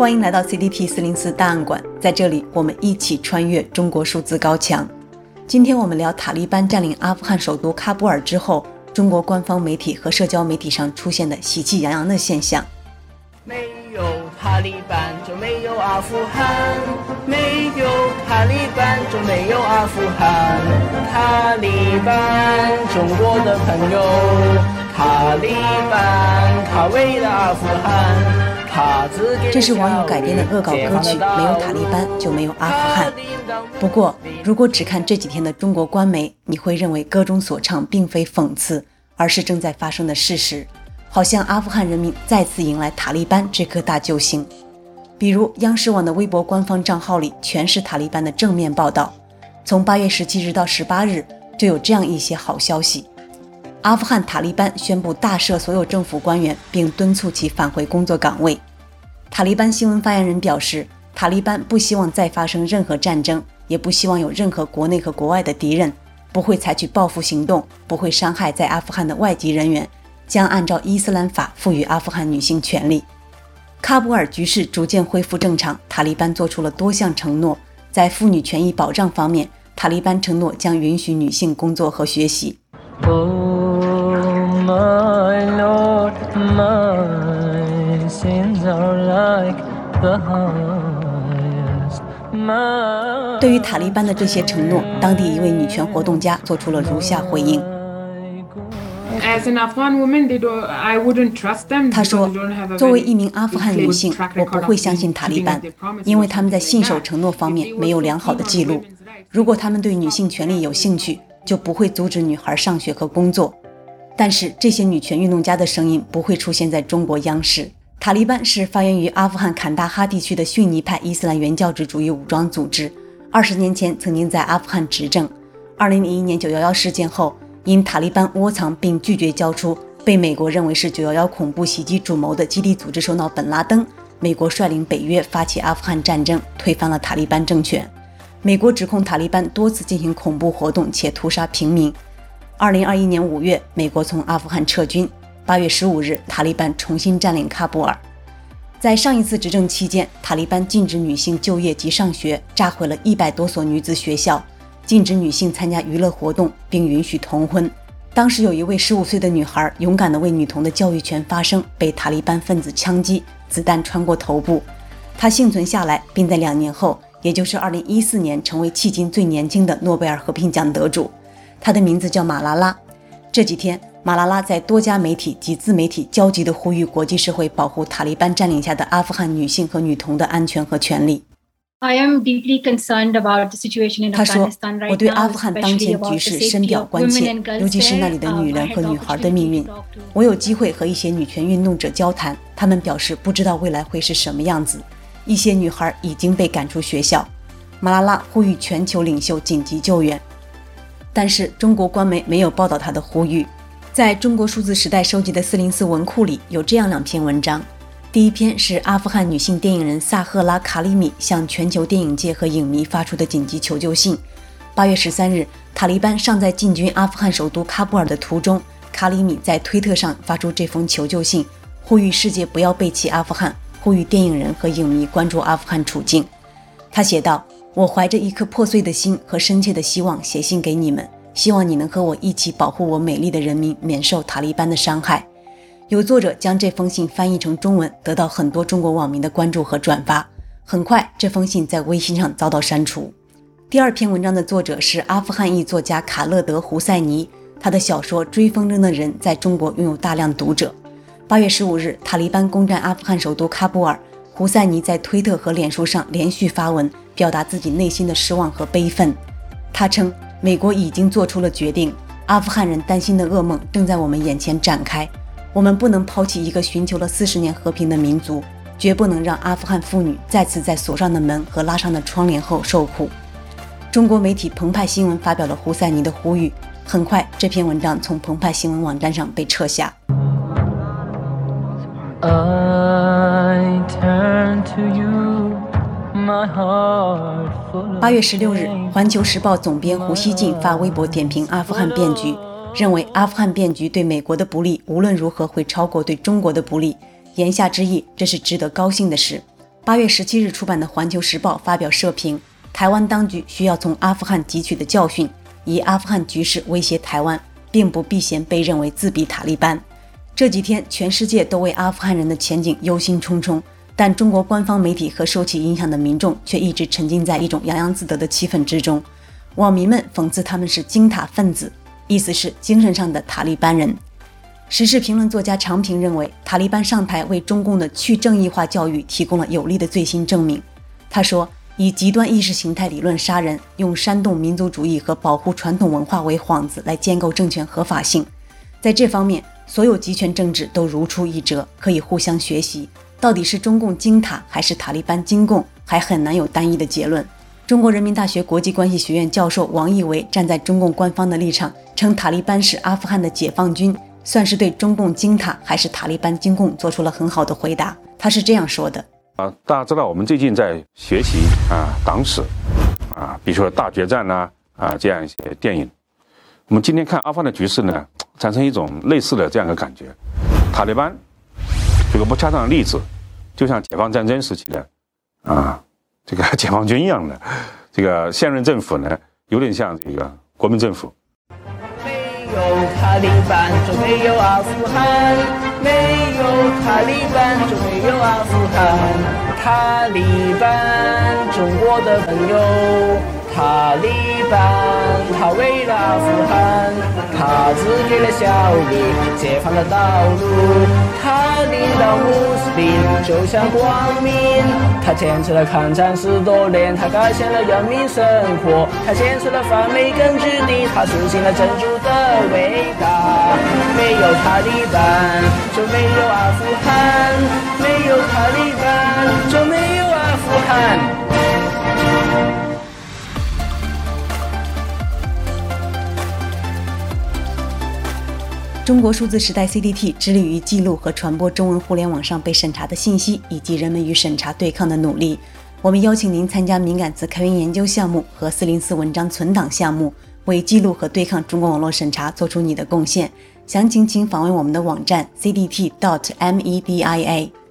欢迎来到 CDT 404档案馆，在这里我们一起穿越中国数字高墙。今天我们聊塔利班占领阿富汗首都喀布尔之后，中国官方媒体和社交媒体上出现的喜气洋洋的现象。 没有塔利班就没有阿富汗，没有塔利班就没有阿富汗。塔利班，中国的朋友，塔利班，他为了阿富汗。 这是网友改编的恶搞歌曲，没有塔利班就没有阿富汗。不过如果只看这几天的中国官媒，你会认为歌中所唱并非讽刺，而是正在发生的事实，好像阿富汗人民再次迎来塔利班这颗大救星。比如央视网的微博官方账号里全是塔利班的正面报道，从8月17日到18日就有这样一些好消息。阿富汗塔利班宣布大赦所有政府官员，并敦促其返回工作岗位。塔利班新闻发言人表示，塔利班不希望再发生任何战争，也不希望有任何国内和国外的敌人，不会采取报复行动，不会伤害在阿富汗的外籍人员，将按照伊斯兰法赋予阿富汗女性权利。喀布尔局势逐渐恢复正常，塔利班做出了多项承诺。在妇女权益保障方面，塔利班承诺将允许女性工作和学习。 My Lord, my sins are like the highest. 对于塔利班的这些承诺，当地一位女权活动家做出了如下回应。她说，作为一名阿富汗女性，我不会相信塔利班，因为他们在信守承诺方面没有良好的记录。如果他们对女性权利有兴趣，就不会阻止女孩上学和工作。但是这些女权运动家的声音不会出现在中国央视。塔利班是发源于阿富汗坎大哈地区的逊尼派伊斯兰原教旨主义武装组织，20年前曾经在阿富汗执政。2001年911事件后，因塔利班窝藏并拒绝交出被美国认为是911恐怖袭击主谋的基地组织首脑本拉登，美国率领北约发起阿富汗战争，推翻了塔利班政权。美国指控塔利班多次进行恐怖活动且屠杀平民。2021年5月，美国从阿富汗撤军。8月15日，塔利班重新占领喀布尔。在上一次执政期间，塔利班禁止女性就业及上学，炸毁了100多所女子学校，禁止女性参加娱乐活动，并允许同婚。当时有一位15岁的女孩勇敢地为女童的教育权发声，被塔利班分子枪击，子弹穿过头部。她幸存下来，并在2年后，也就是2014年成为迄今最年轻的诺贝尔和平奖得主。她的名字叫马拉拉。这几天，马拉拉在多家媒体及自媒体焦急地呼吁国际社会保护塔利班占领下的阿富汗女性和女童的安全和权利。他说，我对阿富汗当前局势深表关切，尤其是那里的女人和女孩的命运。我有机会和一些女权运动者交谈，他们表示不知道未来会是什么样子。一些女孩已经被赶出学校。马拉拉呼吁全球领袖紧急救援。但是中国官媒没有报道他的呼吁。在中国数字时代收集的404文库里有这样2篇文章。第一篇是阿富汗女性电影人萨赫拉·卡里米向全球电影界和影迷发出的紧急求救信。8月13日，塔利班尚在进军阿富汗首都喀布尔的途中，卡里米在推特上发出这封求救信，呼吁世界不要背弃阿富汗，呼吁电影人和影迷关注阿富汗处境。他写道，我怀着一颗破碎的心和深切的希望写信给你们，希望你能和我一起保护我美丽的人民免受塔利班的伤害。有作者将这封信翻译成中文，得到很多中国网民的关注和转发。很快，这封信在微信上遭到删除。第2篇文章的作者是阿富汗裔作家卡勒德·胡塞尼，他的小说《追风筝的人》在中国拥有大量读者。8月15日，塔利班攻占阿富汗首都喀布尔，胡塞尼在推特和脸书上连续发文，表达自己内心的失望和悲愤。他称，美国已经做出了决定，阿富汗人担心的噩梦正在我们眼前展开。我们不能抛弃一个寻求了40年和平的民族，绝不能让阿富汗妇女再次在锁上的门和拉上的窗帘后受苦。中国媒体澎湃新闻发表了胡塞尼的呼吁，很快这篇文章从澎湃新闻网站上被撤下。8月16日，环球时报总编胡锡进发微博点评阿富汗变局，认为阿富汗变局对美国的不利无论如何会超过对中国的不利，言下之意，这是值得高兴的事。 8月17日出版的《环球时报》发表社评，台湾当局需要从阿富汗汲取的教训，以阿富汗局势威胁台湾，并不避嫌被认为自比塔利班。这几天全世界都为阿富汗人的前景忧心忡忡，但中国官方媒体和受其影响的民众却一直沉浸在一种洋洋自得的气氛之中。网民们讽刺他们是金塔分子，意思是精神上的塔利班人。时事评论作家常平认为，塔利班上台为中共的去正义化教育提供了有力的最新证明。他说，以极端意识形态理论杀人，用煽动民族主义和保护传统文化为幌子来建构政权合法性。在这方面，所有集权政治都如出一辙，可以互相学习。到底是中共精塔还是塔利班精共，还很难有单一的结论。中国人民大学国际关系学院教授王义维站在中共官方的立场，称塔利班是阿富汗的解放军，算是对中共精塔还是塔利班精共做出了很好的回答。他是这样说的： 大家知道我们最近在学习党史比如说大决战这样一些电影。我们今天看阿富汗的局势呢，产生一种类似的这样一个感觉。塔利班举个不恰当的例子，就像解放战争时期的这个解放军一样的，这个现任政府呢，有点像这个国民政府。 没有塔利班就没有阿富汗，没有塔利班就没有阿富汗。塔利班，中国的朋友，塔利班，他为了阿富汗，他指给了小米解放的道路。他领导穆斯林走向光明，他坚持了抗战10多年，他改善了人民生活，他坚持了反美根据地，他实行了真主的伟大。没有塔利班就没有阿富汗，没有塔利班就没有阿富汗。 中国数字时代 CDT 致力于记录和传播中文互联网上被审查的信息，以及人们与审查对抗的努力。我们邀请您参加敏感词开源研究项目和404文章存档项目，为记录和对抗中国网络审查做出你的贡献。详情请访问我们的网站 cdt.media。